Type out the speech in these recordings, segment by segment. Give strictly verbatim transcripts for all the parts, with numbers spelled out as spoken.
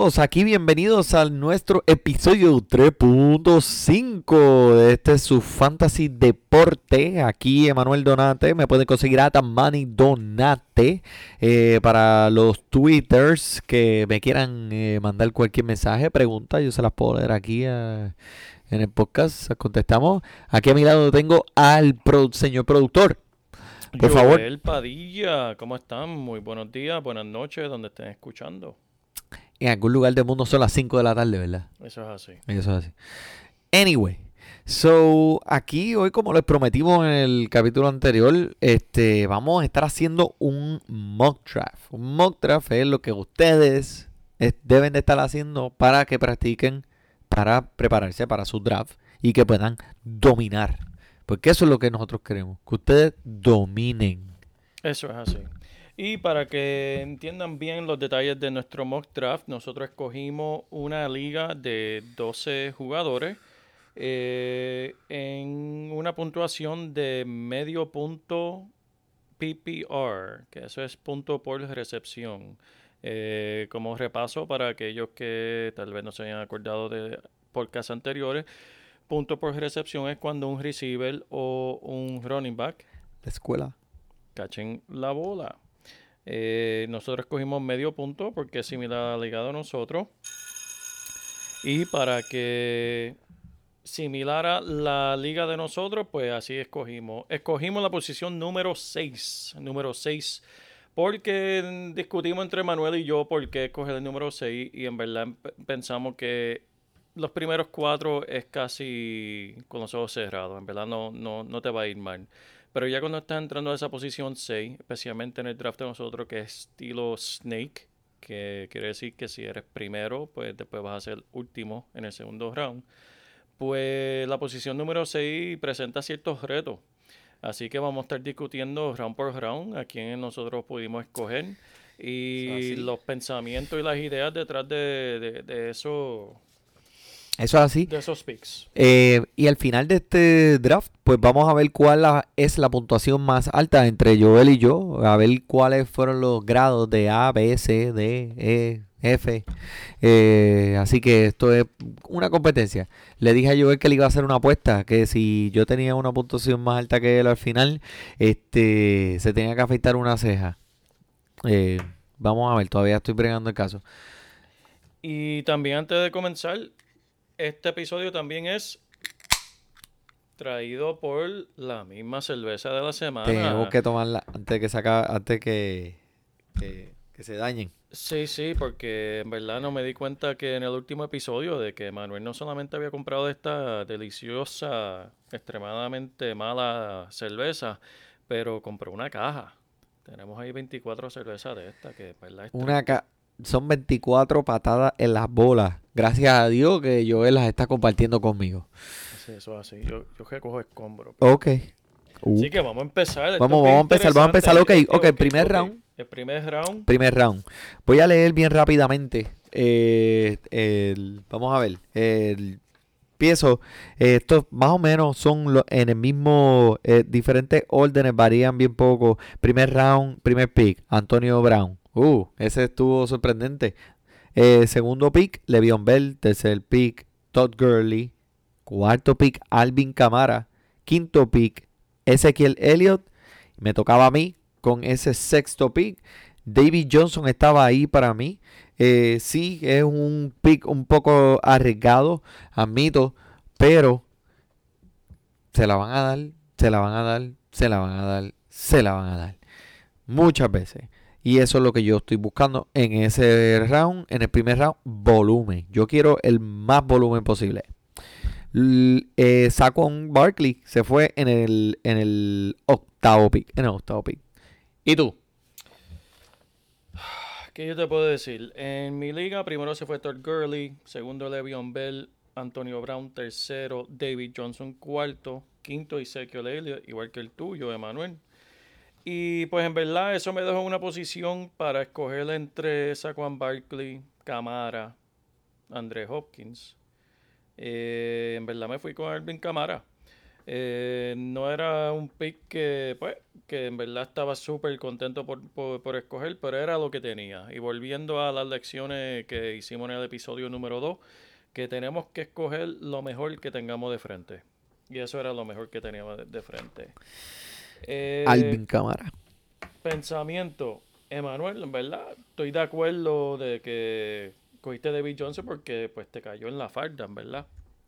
todos aquí, bienvenidos a nuestro episodio tres punto cinco de este es su Fantasy Deporte. Aquí Emanuel Donate, me pueden conseguir a Tamani Donate eh, para los twitters que me quieran eh, mandar cualquier mensaje, pregunta, yo se las puedo leer aquí eh, en el podcast, contestamos. Aquí a mi lado tengo al pro, señor productor. Por favor. Joel Padilla, ¿cómo están? Muy buenos días, buenas noches, donde estén escuchando. En algún lugar del mundo son las cinco de la tarde, ¿verdad? Eso es así. Eso es así. Anyway, so aquí hoy, como les prometimos en el capítulo anterior, este, vamos a estar haciendo un mock draft. Un mock draft es lo que ustedes es, deben de estar haciendo para que practiquen, para prepararse para su draft y que puedan dominar. Porque eso es lo que nosotros queremos, que ustedes dominen. Eso es así. Y para que entiendan bien los detalles de nuestro mock draft, nosotros escogimos una liga de doce jugadores eh, en una puntuación de medio punto P P R, que eso es punto por recepción. Eh, como repaso para aquellos que tal vez no se hayan acordado de podcasts anteriores, punto por recepción es cuando un receiver o un running back La escuela. cachen la bola. Eh, nosotros escogimos medio punto porque es similar a la liga de nosotros. Y para que similara la liga de nosotros, pues así escogimos. Escogimos la posición número seis. Número seis. Porque discutimos entre Manuel y yo por qué escoger el número seis. Y en verdad pensamos que los primeros cuatro es casi con los ojos cerrados. En verdad no, no, no te va a ir mal. Pero ya cuando estás entrando a esa posición seis, especialmente en el draft de nosotros, que es estilo Snake, que quiere decir que si eres primero, pues después vas a ser último en el segundo round, pues la posición número seis presenta ciertos retos. Así que vamos a estar discutiendo round por round a quién nosotros pudimos escoger y los pensamientos y las ideas detrás de, de, de eso. Eso es así. De esos picks. Eh, y al final de este draft, pues vamos a ver cuál la, es la puntuación más alta entre Joel y yo. A ver cuáles fueron los grados de A, B, C, D, E, F. Eh, así que esto es una competencia. Le dije a Joel que le iba a hacer una apuesta, que si yo tenía una puntuación más alta que él al final, este, se tenía que afeitar una ceja. Eh, vamos a ver, todavía estoy bregando el caso. Y también antes de comenzar, este episodio también es traído por la misma cerveza de la semana. Tenemos que tomarla antes que se acabe, antes que, que, que se dañen. Sí, sí, porque en verdad no me di cuenta que en el último episodio de que Manuel no solamente había comprado esta deliciosa, extremadamente mala cerveza, pero compró una caja. Tenemos ahí veinticuatro cervezas de esta que en verdad está... Una ca son veinticuatro patadas en las bolas. Gracias a Dios que Joel las está compartiendo conmigo. Sí, eso es así. Yo, yo recojo escombros. Ok. Uh. Así que vamos a empezar. Esto vamos, es vamos a empezar, vamos a empezar. Ok, ok, okay, primer okay. round. El primer round. Primer round. Voy a leer bien rápidamente. Eh, el, vamos a ver. El, empiezo. Eh, estos más o menos son lo, en el mismo. Eh, diferentes órdenes, varían bien poco. Primer round, primer pick, Antonio Brown. Uh, ese estuvo sorprendente. Eh, segundo pick, Le'Veon Bell. Tercer pick, Todd Gurley. Cuarto pick, Alvin Kamara. Quinto pick, Ezekiel Elliott. Me tocaba a mí con ese sexto pick. David Johnson estaba ahí para mí. Eh, sí, es un pick un poco arriesgado, admito, pero se la van a dar, se la van a dar, se la van a dar, se la van a dar. Muchas veces. Y eso es lo que yo estoy buscando en ese round, en el primer round, volumen. Yo quiero el más volumen posible. L eh, Saquon Barkley se fue en el, en el octavo pick. En el octavo pick. ¿Y tú? ¿Qué yo te puedo decir? En mi liga, primero se fue Todd Gurley, segundo Le'Veon Bell, Antonio Brown, tercero David Johnson, cuarto, quinto Ezekiel Elliott, igual que el tuyo, Emanuel. Y pues en verdad eso me dejó en una posición para escoger entre Saquon Barkley, Kamara, Andre Hopkins. Eh, en verdad me fui con Alvin Kamara. Eh, no era un pick que, pues, que en verdad estaba súper contento por, por, por escoger, pero era lo que tenía. Y volviendo a las lecciones que hicimos en el episodio número dos, que tenemos que escoger lo mejor que tengamos de frente. Y eso era lo mejor que teníamos de, de frente. Eh, Alvin Kamara. Pensamiento. Emanuel, en verdad, estoy de acuerdo de que cogiste a David Johnson porque pues te cayó en la farda, en verdad.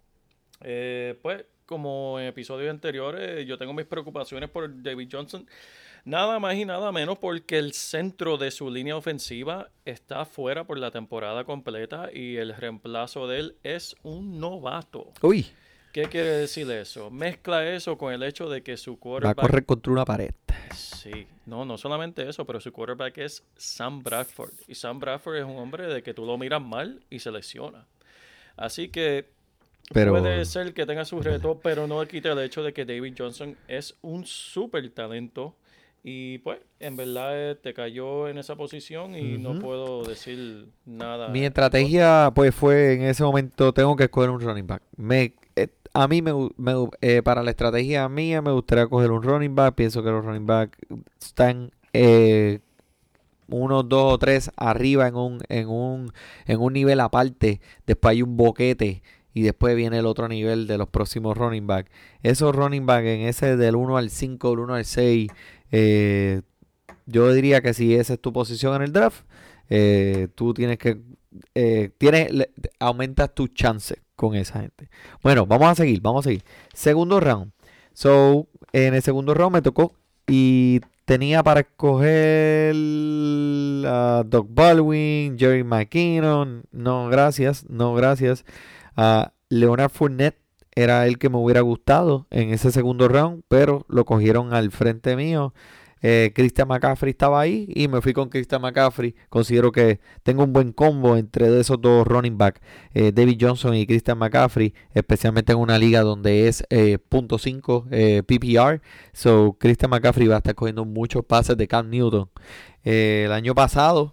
Eh, pues, como en episodios anteriores, yo tengo mis preocupaciones por David Johnson. Nada más y nada menos porque el centro de su línea ofensiva está fuera por la temporada completa y el reemplazo de él es un novato. Uy. ¿Qué quiere decir eso? Mezcla eso con el hecho de que su quarterback... Va a correr contra una pared. Sí, no, no solamente eso, pero su quarterback es Sam Bradford. Y Sam Bradford es un hombre de que tú lo miras mal y se lesiona. Así que pero... puede ser que tenga su reto, pero no le quita el hecho de que David Johnson es un súper talento. Y pues, en verdad te cayó en esa posición y uh-huh. no puedo decir nada. Mi estrategia, pues, fue en ese momento, tengo que escoger un running back. Me, eh, a mí, me, me eh, para la estrategia mía, me gustaría coger un running back. Pienso que los running back están eh, uno, dos o tres arriba en un, en un, en un nivel aparte. Después hay un boquete. Y después viene el otro nivel de los próximos running back. Esos running back en ese del uno al cinco, del uno al seis, eh, yo diría que si esa es tu posición en el draft, eh, tú tienes que, eh, tienes, le, aumentas tus chances con esa gente. Bueno, vamos a seguir, vamos a seguir. Segundo round. So, en el segundo round me tocó y tenía para escoger a uh, Doug Baldwin, Jerry McKinnon. No, gracias, no, gracias. Uh, Leonard Fournette era el que me hubiera gustado en ese segundo round, pero lo cogieron al frente mío. Eh, Christian McCaffrey estaba ahí y me fui con Christian McCaffrey. Considero que tengo un buen combo entre esos dos running back, eh, David Johnson y Christian McCaffrey, especialmente en una liga donde es eh, punto cinco eh, P P R. So Christian McCaffrey va a estar cogiendo muchos pases de Cam Newton. Eh, el año pasado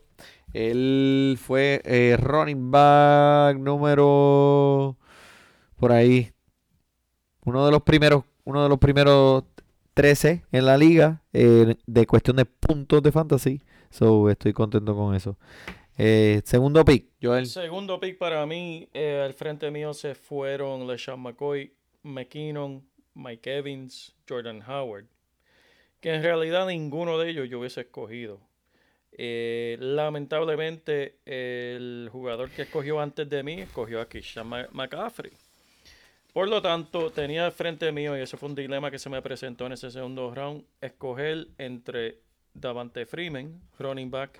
él fue eh, running back número por ahí, uno de los primeros, uno de los primeros trece en la liga eh, de cuestión de puntos de fantasy. So estoy contento con eso. Eh, segundo pick, Joel. Segundo pick para mí, eh, al frente mío se fueron LeSean McCoy, McKinnon, Mike Evans, Jordan Howard, que en realidad ninguno de ellos yo hubiese escogido. Eh, lamentablemente el jugador que escogió antes de mí escogió a Christian McCaffrey. Por lo tanto, tenía frente mío, y eso fue un dilema que se me presentó en ese segundo round, escoger entre Davante Freeman, running back,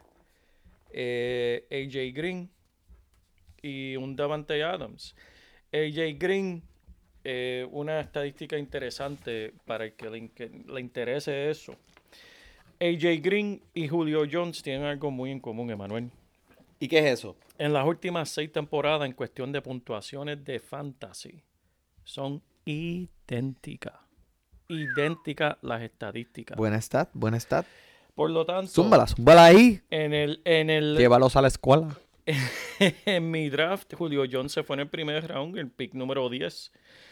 eh, A J Green y un Davante Adams. A J Green, eh, una estadística interesante para el que le, que le interese eso. A J Green y Julio Jones tienen algo muy en común, Emanuel. ¿Y qué es eso? En las últimas seis temporadas, en cuestión de puntuaciones de fantasy, son idénticas. Idénticas las estadísticas. Buena stat, buena stat. Por lo tanto... Zúmbala, zúmbala ahí. En el, en el, Llévalos a la escuela. En mi draft, Julio Jones se fue en el primer round, el pick número diez.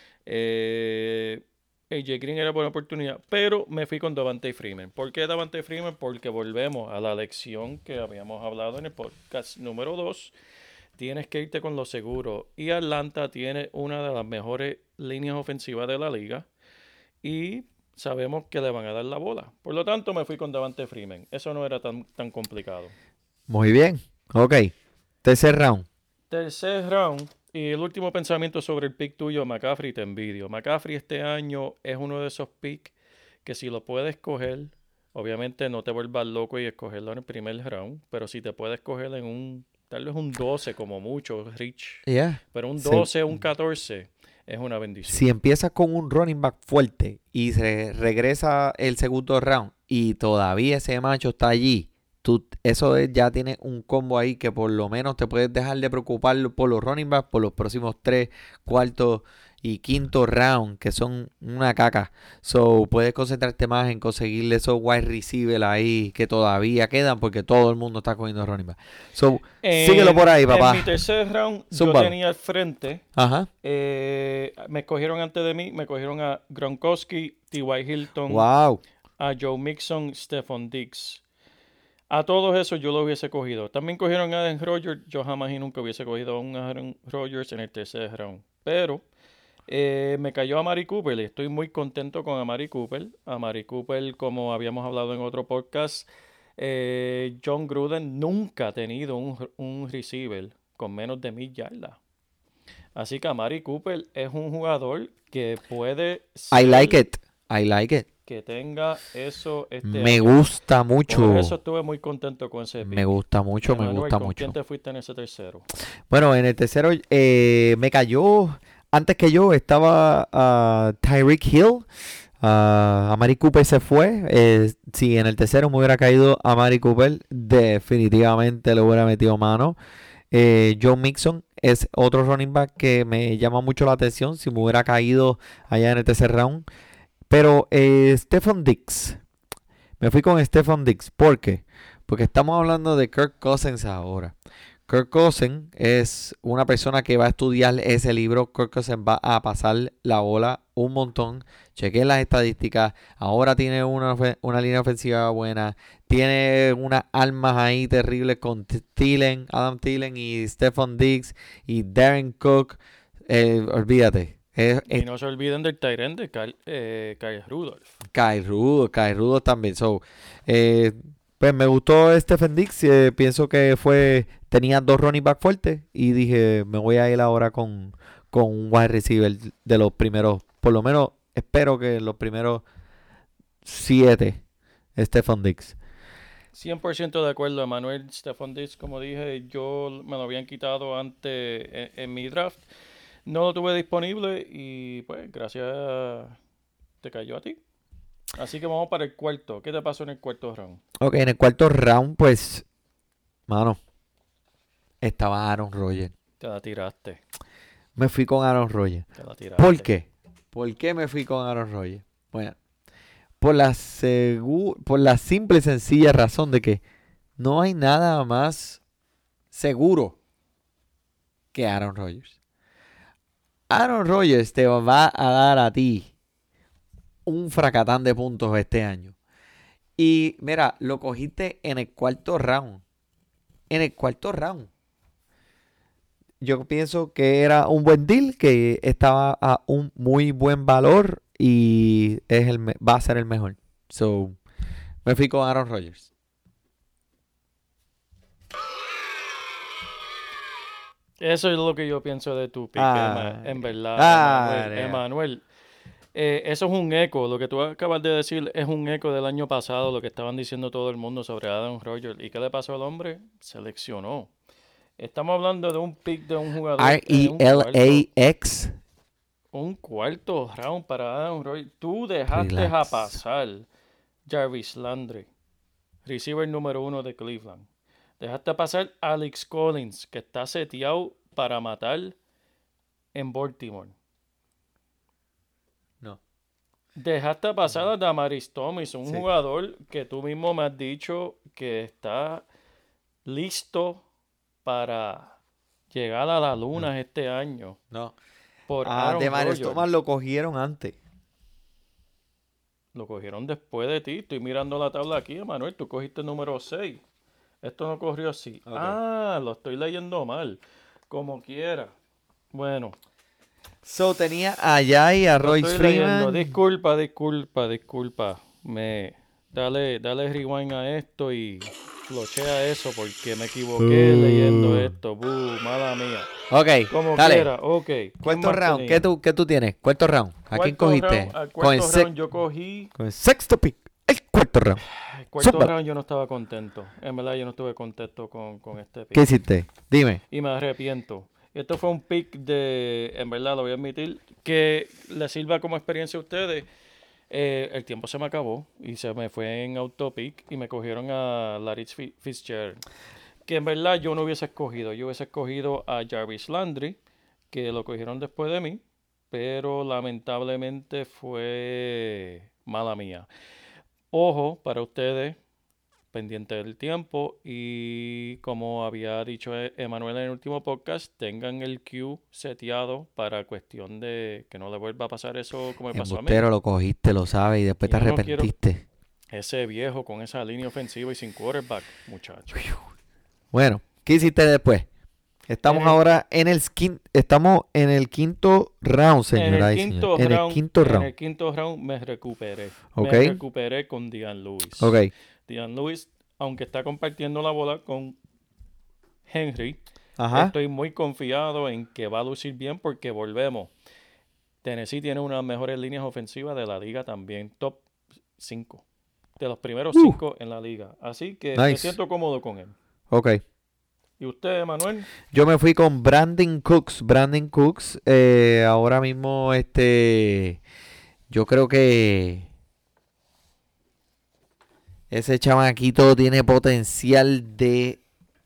Eh... A J Green era buena oportunidad, pero me fui con Davante Freeman. ¿Por qué Davante Freeman? Porque volvemos a la lección que habíamos hablado en el podcast número dos. Tienes que irte con lo seguro. Y Atlanta tiene una de las mejores líneas ofensivas de la liga. Y sabemos que le van a dar la bola. Por lo tanto, me fui con Davante Freeman. Eso no era tan, tan complicado. Muy bien. Ok. Tercer round. Tercer round. Y el último pensamiento sobre el pick tuyo, McCaffrey, te envidio. McCaffrey este año es uno de esos picks que si lo puedes coger, obviamente no te vuelvas loco y escogerlo en el primer round, pero si te puedes coger en un, tal vez un doce como mucho, Rich. Yeah. Pero un doce, sí. Un catorce es una bendición. Si empiezas con un running back fuerte y se regresa el segundo round y todavía ese macho está allí, Tú, eso es, ya tiene un combo ahí que por lo menos te puedes dejar de preocupar por los running backs por los próximos tres cuartos y quinto round, que son una caca. So, puedes concentrarte más en conseguirle esos wide receivers ahí que todavía quedan porque todo el mundo está cogiendo running back. So, síguelo por ahí, En, en mi papá. tercer round, yo Zúmbalo. tenía al frente. Ajá. eh, me cogieron antes de mí, me cogieron a Gronkowski, T Y. Hilton, Wow. a Joe Mixon, Stephon Diggs. A todos esos yo lo hubiese cogido. También cogieron a Aaron Rodgers. Yo jamás y nunca hubiese cogido a un Aaron Rodgers en el tercer round. Pero eh, me cayó a Amari Cooper y estoy muy contento con Amari Cooper. Amari Cooper, como habíamos hablado en otro podcast, eh, John Gruden nunca ha tenido un, un receiver con menos de mil yardas. Así que Amari Cooper es un jugador que puede I ser like it. I like it. que tenga eso este Me año. gusta Por mucho. eso estuve muy contento con ese pick. Me gusta mucho, me Emanuel, gusta ¿con mucho. quién te fuiste en ese tercero? Bueno, en el tercero eh, me cayó, antes que yo estaba ah, Tyreek Hill. Ah, Amari Cooper se fue. Eh, si en el tercero me hubiera caído Amari Cooper, definitivamente le hubiera metido mano. Eh, Joe Mixon es otro running back que me llama mucho la atención si me hubiera caído allá en el tercer round. Pero eh, Stephon Diggs, me fui con Stephon Diggs. ¿Por qué? Porque estamos hablando de Kirk Cousins ahora. Kirk Cousins es una persona que va a estudiar ese libro. Kirk Cousins va a pasar la bola un montón. Chequeen las estadísticas. Ahora tiene una, una línea ofensiva buena. Tiene unas armas ahí terribles con Thielen, Adam Thielen y Stephon Diggs y Darren Cook. Eh, olvídate. Es, Y es no se olviden del Tyrant de Kyle, eh, Kyle Rudolph. Kyle Rudolph, Kyle Rudolph también. So, eh, pues me gustó Stephen Diggs. Eh, pienso que fue tenía dos running back fuertes y dije, me voy a ir ahora con, con un wide receiver de los primeros, por lo menos espero que los primeros siete, Stephen Diggs. cien por ciento de acuerdo, Emanuel. Stephon Diggs, como dije, yo me lo habían quitado antes en, en mi draft. No lo tuve disponible y pues gracias te cayó a ti. Así que vamos para el cuarto. ¿Qué te pasó en el cuarto round? Ok, en el cuarto round, pues, mano, estaba Aaron Rodgers. Te la tiraste. Me fui con Aaron Rodgers. Te la tiraste. ¿Por qué? ¿Por qué me fui con Aaron Rodgers? Bueno, por la, segu- por la simple y sencilla razón de que no hay nada más seguro que Aaron Rodgers. Aaron Rodgers te va a dar a ti un fracatán de puntos este año. Y mira, lo cogiste en el cuarto round. En el cuarto round. Yo pienso que era un buen deal, que estaba a un muy buen valor y es el me- va a ser el mejor. So, me fui con Aaron Rodgers. Eso es lo que yo pienso de tu pick, Ah, Ema- en verdad, ah, Emanuel. yeah. Emanuel, eh, eso es un eco. Lo que tú acabas de decir es un eco del año pasado, lo que estaban diciendo todo el mundo sobre Adam Rodgers. ¿Y qué le pasó al hombre? Seleccionó. Estamos hablando de un pick de un jugador R en E un L cuarto, A X. un cuarto round para Adam Rodgers. Tú dejaste Relax. a pasar Jarvis Landry, receiver número uno de Cleveland. Dejaste pasar Alex Collins, que está seteado para matar en Baltimore. No. Dejaste pasar a Damaris Thomas, un Sí. jugador que tú mismo me has dicho que está listo para llegar a la luna este año. No. Por Ah, Aaron de Mario Rodgers. Thomas lo cogieron antes. Lo cogieron después de ti. Estoy mirando la tabla aquí, Manuel. Tú cogiste el número seis. Esto no corrió así. Ok. Ah, lo estoy leyendo mal. Como quiera. Bueno, So tenía a Jai, a lo Royce estoy leyendo. Freeman. Disculpa, disculpa, disculpa. Me dale, dale rewind a esto y flochea eso porque me equivoqué Uh. leyendo esto. Buh, mala mía. Ok, Como dale. quiera, ok. ¿Quién Cuarto más round. tenía? ¿Qué tú, ¿Qué tú tienes? Cuarto round. ¿A quién Cuarto cogiste? round, al Con el, cuarto sec- round yo cogí. con el sexto pick. El cuarto round. El cuarto Zúmbalo. round yo no estaba contento. En verdad yo no estuve contento con, con este pick. ¿Qué hiciste? Dime. Y me arrepiento. Esto fue un pick de, en verdad lo voy a admitir, que le sirva como experiencia a ustedes. Eh, el tiempo se me acabó y se me fue en autopick y me cogieron a Larry Fi- Fitzgerald. Que en verdad yo no hubiese escogido. Yo hubiese escogido a Jarvis Landry, que lo cogieron después de mí. pero lamentablemente fue mala mía. Ojo para ustedes, pendiente del tiempo, y como había dicho E- Emanuel en el último podcast, tengan el queue seteado para cuestión de que no le vuelva a pasar eso como me pasó a mí. Embustero, lo cogiste, lo sabes, y después Y te yo no quiero arrepentiste. ese viejo con esa línea ofensiva y sin quarterback, muchacho. Bueno, ¿qué hiciste después? En Estamos el, ahora en el skin, estamos en el quinto round, en el señoras y señores. quinto En el round, quinto en round. el quinto round me recuperé. ¿Ok? Me recuperé con Dian Lewis. Ok. Dian Lewis, aunque está compartiendo la bola con Henry, Ajá. estoy muy confiado en que va a lucir bien porque volvemos. Tennessee tiene una de las mejores líneas ofensivas de la liga también, top cinco. De los primeros Uh, cinco en la liga. Así que me nice. siento cómodo con él. Ok. ¿Y usted, Manuel? Yo me fui con Brandon Cooks. Brandon Cooks, eh, ahora mismo, este, yo creo que ese chamaquito tiene potencial de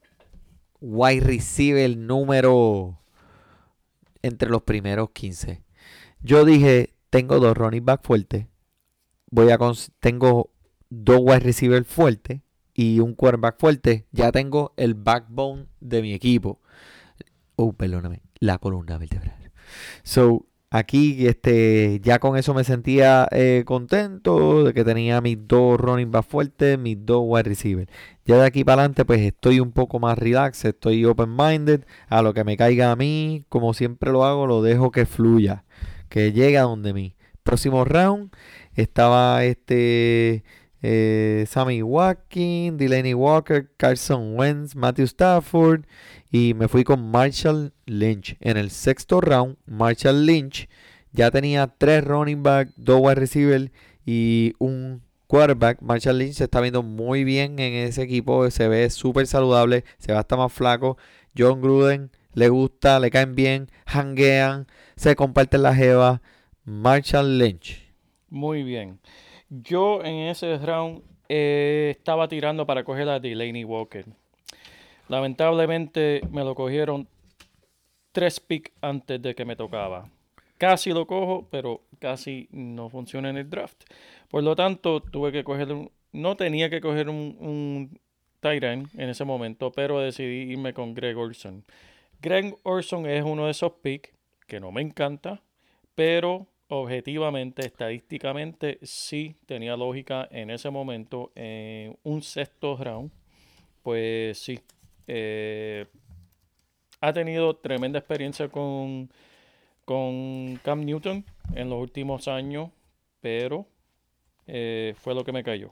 wide receiver número entre los primeros quince. Yo dije, tengo dos running back fuertes. Voy a cons- tengo dos wide receiver fuertes y un quarterback fuerte. Ya tengo el backbone de mi equipo. Oh, perdóname, la columna vertebral. So, aquí este, ya con eso me sentía eh, contento de que tenía mis dos running back fuertes, mis dos wide receivers. Ya de aquí para adelante, pues estoy un poco más relax, estoy open-minded. A lo que me caiga a mí, como siempre lo hago, lo dejo que fluya, que llegue a donde mí. Próximo round estaba este eh, Sammy Watkins, Delaney Walker, Carson Wentz, Matthew Stafford. Y me fui con Marshall Lynch. En el sexto round, Marshall Lynch ya tenía tres running back, dos wide receiver y un quarterback. Marshall Lynch se está viendo muy bien en ese equipo. Se ve súper saludable. Se va hasta más flaco. John Gruden le gusta, le caen bien, hanguean, se comparten la jeva. Marshall Lynch. Muy bien. Yo en ese round eh, estaba tirando para coger a Delaney Walker. Lamentablemente me lo cogieron tres picks antes de que me tocaba. Casi lo cojo, pero casi no funciona en el draft. Por lo tanto, tuve que coger un... No tenía que coger un, un tight end en ese momento, pero decidí irme con Greg Olson. Greg Olson es uno de esos picks que no me encanta, pero objetivamente, estadísticamente, sí tenía lógica en ese momento. En un sexto round, pues sí. Eh, ha tenido tremenda experiencia con, con Cam Newton en los últimos años, pero eh, fue lo que me cayó.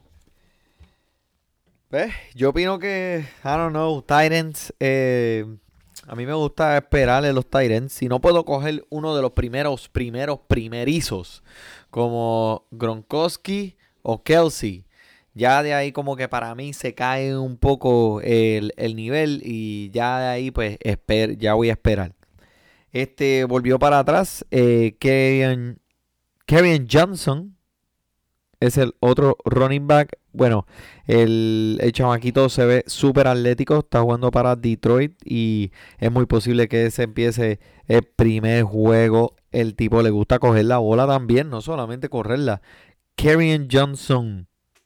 ¿Ves? Yo opino que, I don't know, Titans, eh, a mí me gusta esperarle los Titans. Si no puedo coger uno de los primeros, primeros, primerizos, como Gronkowski o Kelsey, ya de ahí como que para mí se cae un poco el, el nivel y ya de ahí pues esper, ya voy a esperar. Este volvió para atrás, eh, Kerryon Kerryon Johnson es el otro running back. Bueno, el, el chamaquito se ve súper atlético. Está jugando para Detroit y es muy posible que se empiece el primer juego. El tipo le gusta coger la bola también, no solamente correrla. Kerryon Johnson.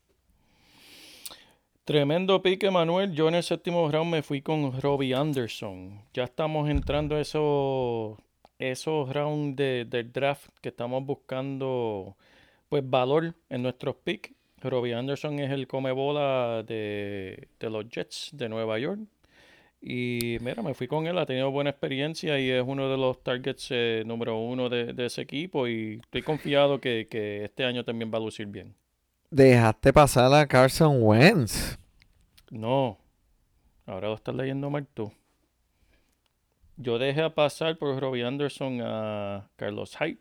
Tremendo pique, Manuel. Yo en el séptimo round me fui con Robbie Anderson. Ya estamos entrando a esos, esos rounds de, del draft que estamos buscando pues valor en nuestros picks. Robbie Anderson es el come bola de, de los Jets de Nueva York. Y mira, me fui con él, ha tenido buena experiencia y es uno de los targets eh, número uno de, de ese equipo y estoy confiado que, que este año también va a lucir bien. Dejaste pasar a Carson Wentz. No, ahora lo estás leyendo mal tú. Yo dejé a pasar por Robbie Anderson a Carlos Hyde.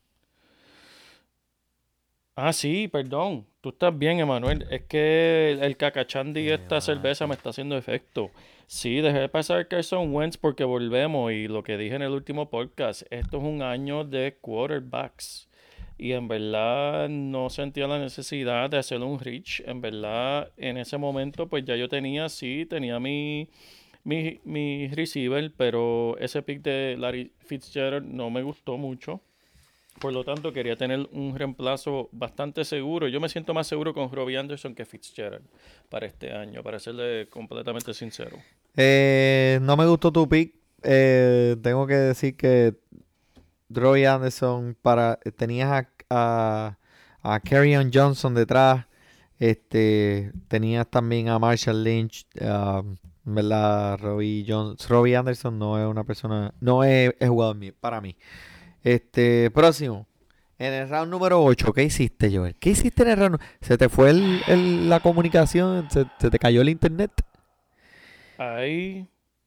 Ah, sí, perdón. Tú estás bien, Emanuel. Es que el, el cacachandi y esta cerveza me está haciendo efecto. Sí, dejé pasar a Carson Wentz porque volvemos y lo que dije en el último podcast, esto es un año de quarterbacks. Y en verdad no sentía la necesidad de hacer un reach. En verdad, en ese momento, pues ya yo tenía, sí, tenía mi, mi, mi receiver, pero ese pick de Larry Fitzgerald no me gustó mucho. Por lo tanto, quería tener un reemplazo bastante seguro. Yo me siento más seguro con Robbie Anderson que Fitzgerald para este año, para serle completamente sincero. Eh, no me gustó tu pick. Eh, tengo que decir que Roy Anderson para tenías a, a, a Kerryon Johnson detrás. Este tenías también a Marshall Lynch. Um, ¿verdad? Robbie Jones, Robbie Anderson no es una persona, no es, es jugador mío, para mí. Este, próximo. En el round número ocho, ¿qué hiciste, Joel? ¿Qué hiciste en el round? ¿Se te fue el, el- la comunicación? ¿Se, se te cayó el internet? Ahí.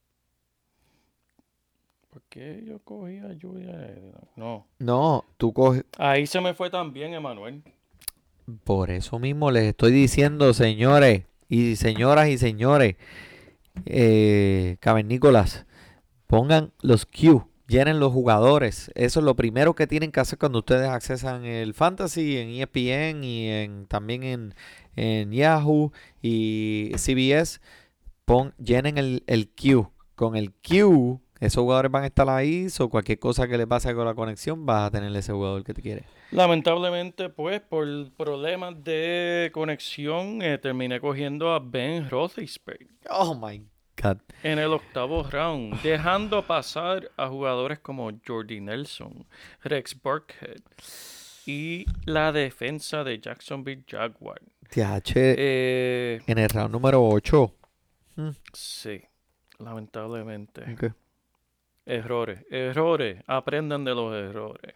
¿Por qué yo cogí a Julia Edna? No. No, tú coges. Ahí se me fue también, Emanuel. Por eso mismo les estoy diciendo, señores y señoras y señores, eh, cavernícolas, pongan los Q, llenen los jugadores. Eso es lo primero que tienen que hacer cuando ustedes accesan el Fantasy en E S P N y en, también en, en Yahoo y C B S. Pon, llenen el, el Q. Con el Q, esos jugadores van a estar ahí. O cualquier cosa que le pase con la conexión, vas a tener ese jugador que te quiere. Lamentablemente, pues, por problemas de conexión, eh, terminé cogiendo a Ben Roethlisberger Oh my God. en el octavo round, dejando pasar a jugadores como Jordy Nelson, Rex Burkhead y la defensa de Jacksonville Jaguar. T H Eh, en el round número ocho. sí, lamentablemente. Okay. Errores, errores, aprendan de los errores.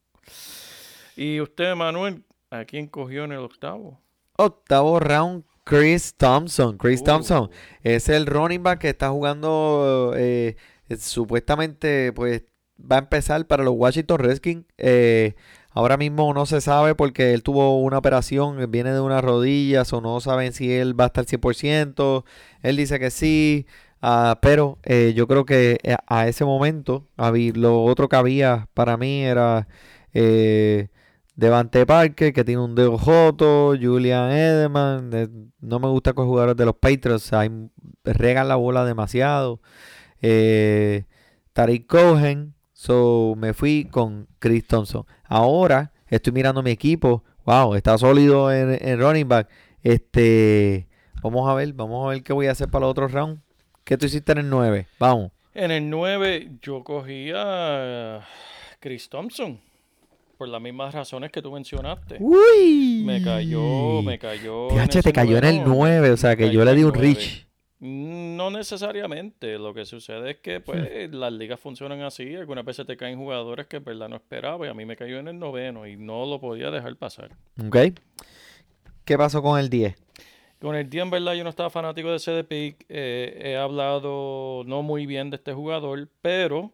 ¿Y usted, Manuel, a quién cogió en el octavo? Octavo round, Chris Thompson. Chris Uh. Thompson es el running back que está jugando. Eh, eh, supuestamente, pues va a empezar para los Washington Redskins. Eh, ahora mismo no se sabe porque él tuvo una operación, viene de unas rodillas, o no saben si él va a estar cien por ciento. Él dice que sí. Uh, pero eh, yo creo que a ese momento, había, lo otro que había para mí era. Eh, Devante Parker, que tiene un dedo joto. Julian Edelman. Eh, no me gusta con los jugadores de los Patriots. Hay, regan la bola demasiado. Eh, Tariq Cohen. So, me fui con Chris Thompson. Ahora estoy mirando mi equipo. Wow, está sólido en, en running back. Este, vamos a ver, vamos a ver qué voy a hacer para los otros rounds. ¿Qué tú hiciste en el nueve? Vamos. En el nueve yo cogí a Chris Thompson. Por las mismas razones que tú mencionaste. Uy. Me cayó, me cayó. T H te cayó en el nueve, o sea que yo le di un reach. No necesariamente. Lo que sucede es que pues hmm. las ligas funcionan así. Algunas veces te caen jugadores que en verdad no esperaba. Y a mí me cayó en el noveno y no lo podía dejar pasar. Ok. ¿Qué pasó con el diez? Con el diez, en verdad, yo no estaba fanático de ese de pick. Eh, he hablado no muy bien de este jugador, pero...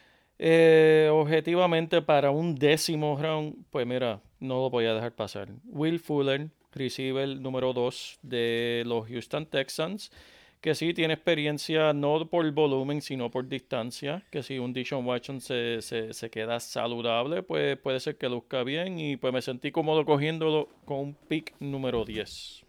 Eh, objetivamente para un décimo round, pues mira, no lo podía dejar pasar. Will Fuller, receiver número dos de los Houston Texans, que sí tiene experiencia no por volumen, sino por distancia, que si un Deshaun Watson se, se, se queda saludable, pues puede ser que luzca bien y pues me sentí cómodo cogiéndolo con un pick número diez.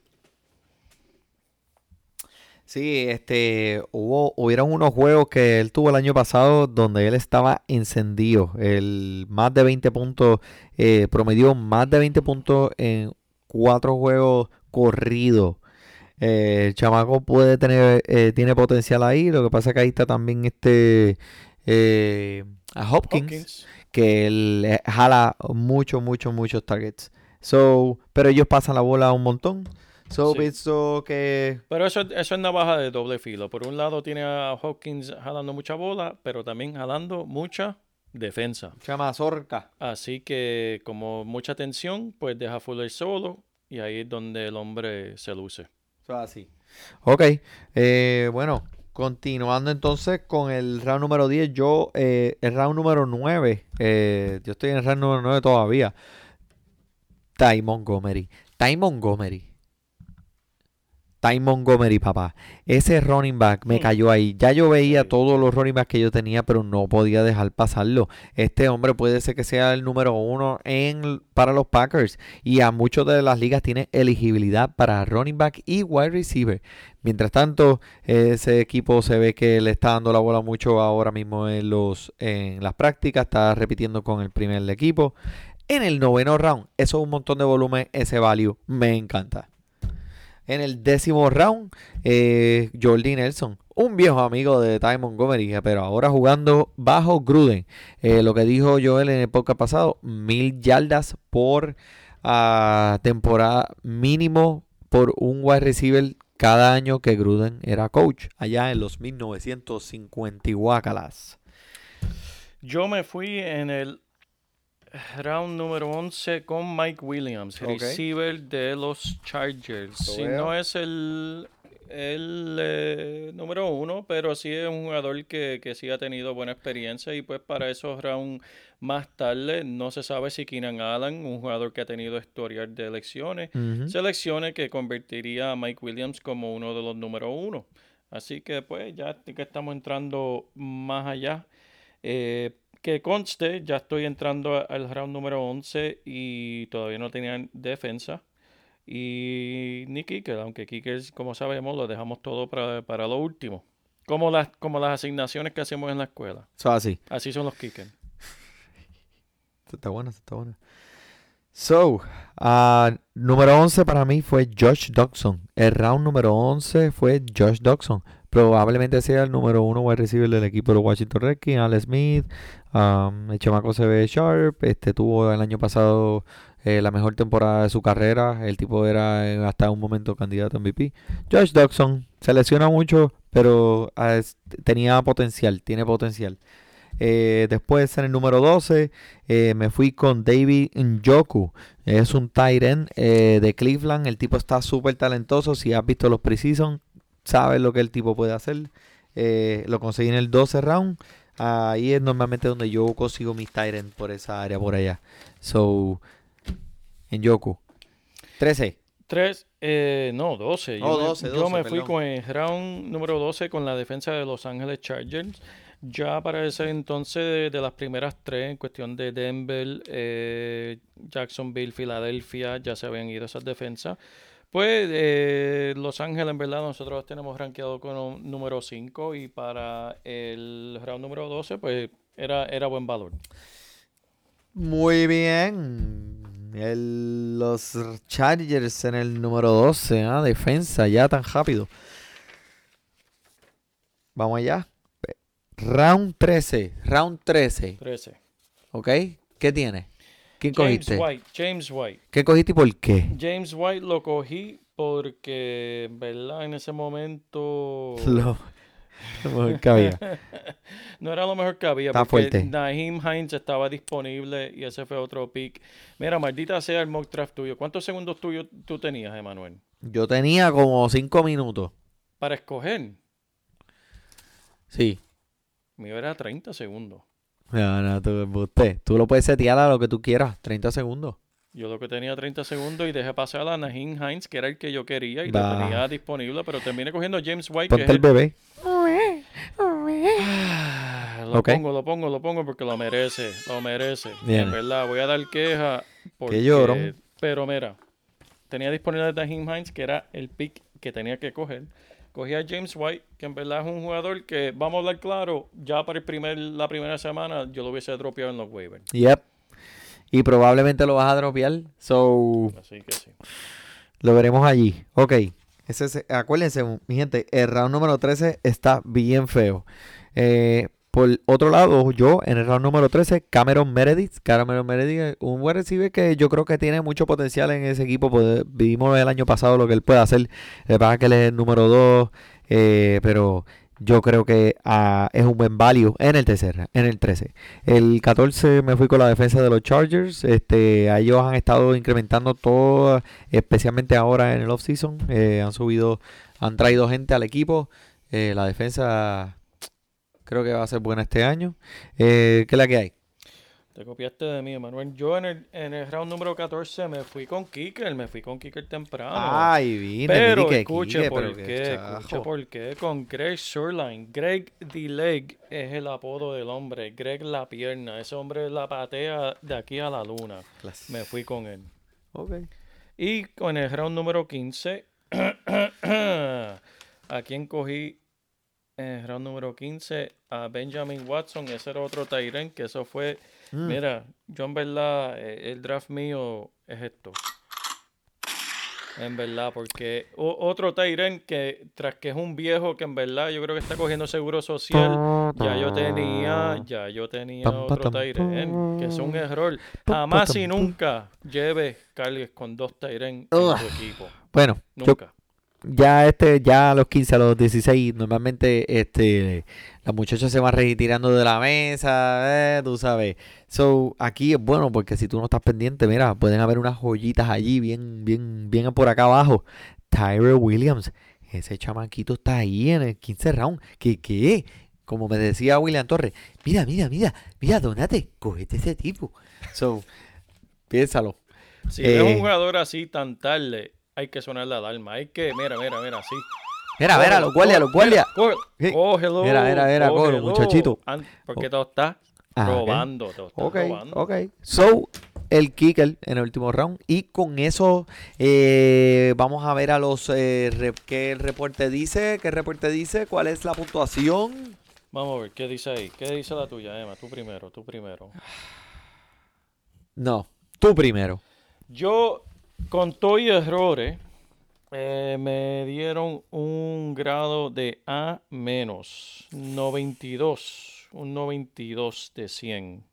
Sí, este, hubo, hubieron unos juegos que él tuvo el año pasado donde él estaba encendido. El más de veinte puntos, eh, promedió más de veinte puntos en cuatro juegos corridos. Eh, el chamaco puede tener, eh, tiene potencial ahí. Lo que pasa es que ahí está también este eh, a Hopkins, Hopkins, que él jala mucho, mucho, muchos targets. So, pero ellos pasan la bola un montón. So, sí. Visto que... Pero eso, eso es navaja de doble filo. Por un lado tiene a Hopkins jalando mucha bola, pero también jalando mucha defensa. Mucha mazorca. Así que como mucha tensión, pues deja Fuller solo y ahí es donde el hombre se luce. Eso es así. Ok, eh, bueno, continuando entonces con el round número diez. Yo, eh, el round número nueve, eh, yo estoy en el round número nueve todavía. Ty Montgomery. Ty Montgomery. Ty Montgomery, papá. Ese running back me Mm. cayó ahí. Ya yo veía Sí. todos los running backs que yo tenía, pero no podía dejar pasarlo. Este hombre puede ser que sea el número uno en, para los Packers. Y a muchos de las ligas tiene elegibilidad para running back y wide receiver. Mientras tanto, ese equipo se ve que le está dando la bola mucho ahora mismo en, los, en las prácticas. Está repitiendo con el primer equipo. En el noveno round, eso es un montón de volumen, ese value me encanta. En el décimo round, eh, Jordy Nelson, un viejo amigo de Ty Montgomery, pero ahora jugando bajo Gruden. Eh, lo que dijo Joel en el podcast pasado, mil yardas por uh, temporada mínimo por un wide receiver cada año que Gruden era coach, allá en los mil novecientos cincuenta y guácalas. Yo me fui en el round número once con Mike Williams, Ok. receiver de los Chargers. Lo Si veo. no es el, el eh, número uno, pero sí es un jugador que, que sí ha tenido buena experiencia y pues para esos rounds más tarde no se sabe si Keenan Allen, un jugador que ha tenido historial de elecciones, Uh-huh. selecciones que convertiría a Mike Williams como uno de los número uno. Así que pues ya que estamos entrando más allá, eh, que conste, ya estoy entrando a- al round número once y todavía no tenían defensa. Y ni kicker, aunque kickers, como sabemos, lo dejamos todo para, para lo último. Como las, como las asignaciones que hacemos en la escuela. Eso es así. Así son los kickers. Esto está bueno, esto está bueno. So, uh, número once para mí fue Josh Dodson. El round número once fue Josh Dodson. Probablemente sea el número uno wide receiver del equipo de los Washington Redskins, Alex Smith. Um, el chamaco se ve sharp. Este tuvo el año pasado eh, la mejor temporada de su carrera. El tipo era eh, hasta un momento candidato a M V P. Josh Dodson se lesiona mucho, pero uh, es- tenía potencial, tiene potencial. Eh, después en el número doce eh, me fui con David Njoku. Es un tight end eh, de Cleveland. El tipo está súper talentoso. Si has visto los preseason, sabes lo que el tipo puede hacer. Eh, lo conseguí en el doce round. Ahí es normalmente donde yo consigo mis tight end por esa área, por allá. So, Njoku. trece. Tres, eh, no, doce. Yo Oh, me, doce, yo doce, me fui perdón. con el round número doce con la defensa de Los Ángeles Chargers. Ya para ese entonces, de, de las primeras tres, en cuestión de Denver, eh, Jacksonville, Filadelfia, ya se habían ido esas defensas. Pues eh, Los Ángeles, en verdad, nosotros los tenemos rankeado con un número cinco y para el round número doce, pues era, era buen valor. Muy bien. El- los Chargers en el número doce. ¿Ah? Defensa, ya tan rápido. Vamos allá. Round trece. Round trece. trece. ¿Ok? ¿Qué tiene? ¿Quién James cogiste? White, James White. ¿Qué cogiste y por qué? James White lo cogí porque, ¿verdad? En ese momento Lo, lo mejor que había. no era lo mejor que había. Está porque fuerte. Naheem Hines estaba disponible y ese fue otro pick. Mira, maldita sea el mock draft tuyo. ¿Cuántos segundos tuyo, tú tenías, Emanuel? Yo tenía como cinco minutos. Para escoger. Sí. Mío era treinta segundos. No, no, tú, embuste. Tú lo puedes setear a lo que tú quieras. treinta segundos. Yo lo que tenía treinta segundos y dejé pasar a Naheem Hines, que era el que yo quería y Bah. lo tenía disponible, pero terminé cogiendo a James White, que Ponte es el el... bebé. Ah, Lo Ok. pongo, lo pongo, lo pongo porque lo merece, lo merece. Bien. En verdad, voy a dar queja porque... llorón. Pero mira, tenía disponible a Naheem Hines, que era el pick que tenía que coger. Cogí a James White, que en verdad es un jugador que, vamos a hablar claro, ya para el primer, la primera semana yo lo hubiese dropeado en los waivers. Yep. Y probablemente lo vas a dropear. So, Así que sí. lo veremos allí. Ok. Ese es- acuérdense, mi gente, el round número trece está bien feo. Eh, por otro lado, yo en el round número trece, Cameron Meredith. Cameron Meredith, un buen receiver que yo creo que tiene mucho potencial en ese equipo. Pues, vimos el año pasado lo que él puede hacer. Le pasa que él es el número dos, eh, pero yo creo que ah, es un buen value en el tercer, en el trece. El catorce me fui con la defensa de los Chargers. Este, a ellos han estado incrementando todo, especialmente ahora en el offseason. Eh, han subido, han traído gente al equipo. Eh, la defensa creo que va a ser buena este año. Eh, ¿Qué es la que hay? te copiaste de mí, Emanuel. Yo en el, en el round número catorce me fui con Kicker, me fui con Kicker temprano. Ay, vine, pero mire que escuche Quique, por pero qué, qué escuche chajo. por qué, con Greg Sherline. Greg the Leg es el apodo del hombre, Greg la pierna. Ese hombre la patea de aquí a la luna. Clase. Me fui con él. Ok. Y con el round número quince, ¿a quién cogí? En el round número quince, a Benjamin Watson. Ese era otro Tyren, que eso fue... Mm. Mira, yo en verdad, eh, el draft mío es esto. En verdad, porque o- otro Tyren que, tras que es un viejo que en verdad yo creo que está cogiendo seguro social, ya yo tenía, ya yo tenía Pam, otro patam, Tyren, que es un error. pam, Jamás patam, y pum. nunca lleves, cargues con dos Tyren en Ugh. tu equipo. Bueno, yo Nunca. ya este, ya a los quince, a los dieciséis, normalmente este las muchachas se van retirando de la mesa, eh, tú sabes. So, aquí es bueno porque si tú no estás pendiente, mira, pueden haber unas joyitas allí bien, bien, bien por acá abajo. Tyrell Williams, ese chamaquito está ahí en el quince round. ¿Qué qué? Como me decía William Torres, mira, mira, mira, mira, Donate, cógete ese tipo. So, piénsalo. Si Eh, ves un jugador así tan tarde, hay que sonar la alarma. Hay que, mira, mira, mira, así. Mira, mira, los guardias, los guardias. Cógelo, Sí. cógelo, Mira, mira, mira, cógelo, cógelo. muchachito. An- Porque te lo estás Ah, ok. robando, te lo estás Ok, robando. ok. So, el kicker en el último round. Y con eso eh, vamos a ver a los... Eh, re- ¿Qué el reporte dice? ¿Qué el reporte dice? ¿Cuál es la puntuación? Vamos a ver, ¿qué dice ahí? ¿Qué dice la tuya, Emma? Tú primero, tú primero. No, tú primero. Yo, con todo y errores, eh, me dieron un grado de A menos, noventa y dos, un noventa y dos de cien.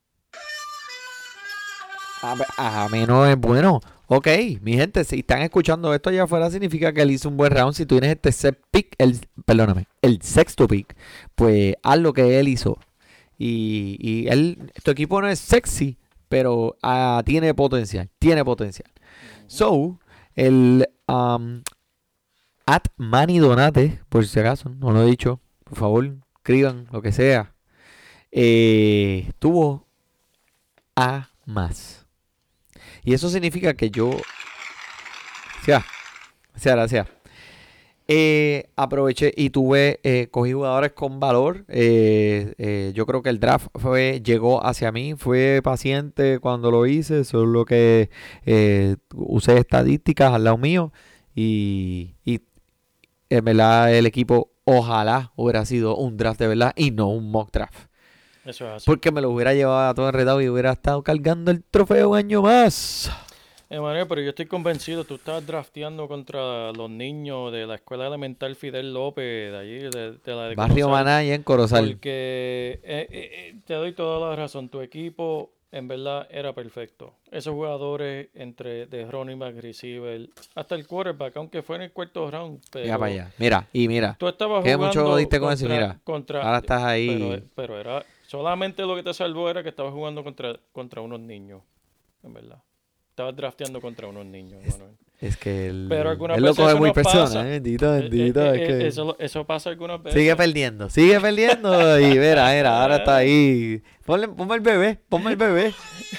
A, ve- a menos es bueno. Ok, mi gente, si están escuchando esto allá afuera, significa que él hizo un buen round. Si tú tienes este set pick, el, perdóname, el sexto pick, pues haz lo que él hizo. Y, y él, tu equipo no es sexy, pero ah, tiene potencial, tiene potencial. So, el um, at Manny Donate, por si acaso, no lo he dicho, por favor, escriban lo que sea. Eh, tuvo A más. Y eso significa que yo... sea, sea, gracias. Eh, aproveché y tuve, eh, cogí jugadores con valor. Eh, eh, yo creo que el draft fue, llegó hacia mí, fue paciente cuando lo hice, solo que eh, usé estadísticas al lado mío y, y en verdad el equipo ojalá hubiera sido un draft de verdad y no un mock draft. Eso es así. Porque me lo hubiera llevado a todo enredado y hubiera estado cargando el trofeo un año más. Emanuel, pero yo estoy convencido, tú estás drafteando contra los niños de la Escuela Elemental Fidel López, de allí, de, de la de Barrio Corozal, Maná y en Corozal. porque eh, eh, eh, te doy toda la razón, tu equipo en verdad era perfecto. Esos jugadores entre de Ronnie McReceiver, hasta el quarterback, aunque fue en el cuarto round, pero Mira para allá. Mira, y mira. tú estabas Qué jugando mucho diste con contra, eso, mira. contra- Ahora estás ahí. pero, pero era solamente lo que te salvó era que estabas jugando contra, contra unos niños, en verdad. Estabas drafteando contra unos niños, Emanuel. Es que él, Pero algunas él lo veces coge eso muy nos personal. pasa. ¿eh? Bendito, Eh, bendito. eh, es eh, que eso, eso pasa algunas veces. sigue perdiendo, sigue perdiendo. Y mira, mira, ahora está ahí. Ponle, ponme el bebé, ponme el bebé.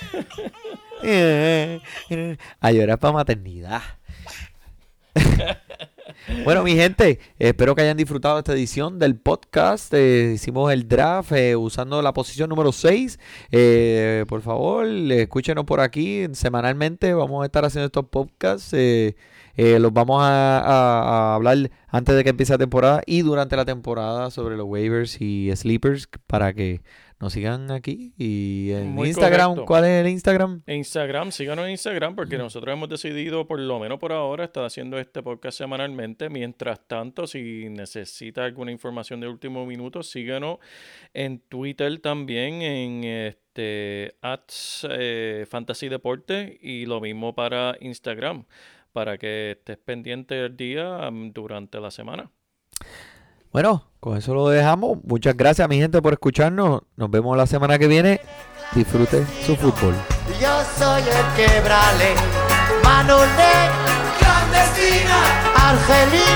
A llorar para maternidad. Bueno, mi gente, espero que hayan disfrutado esta edición del podcast. Eh, hicimos el draft eh, usando la posición número seis. Eh, por favor, escúchenos por aquí semanalmente. Vamos a estar haciendo estos podcasts. Eh, eh, los vamos a, a- a hablar antes de que empiece la temporada y durante la temporada sobre los waivers y sleepers para que nos sigan aquí. Y en Muy Instagram, correcto. ¿cuál es el Instagram? En Instagram, síganos en Instagram porque nosotros hemos decidido, por lo menos por ahora, estar haciendo este podcast semanalmente. Mientras tanto, si necesita alguna información de último minuto, síganos en Twitter también, en este at eh, Fantasy Deporte, y lo mismo para Instagram, para que estés pendiente del día um, durante la semana. Bueno, con eso lo dejamos. Muchas gracias, mi gente, por escucharnos. Nos vemos la semana que viene. Disfrute su fútbol. Yo soy el quebrale, Manolé, clandestina, Argelina.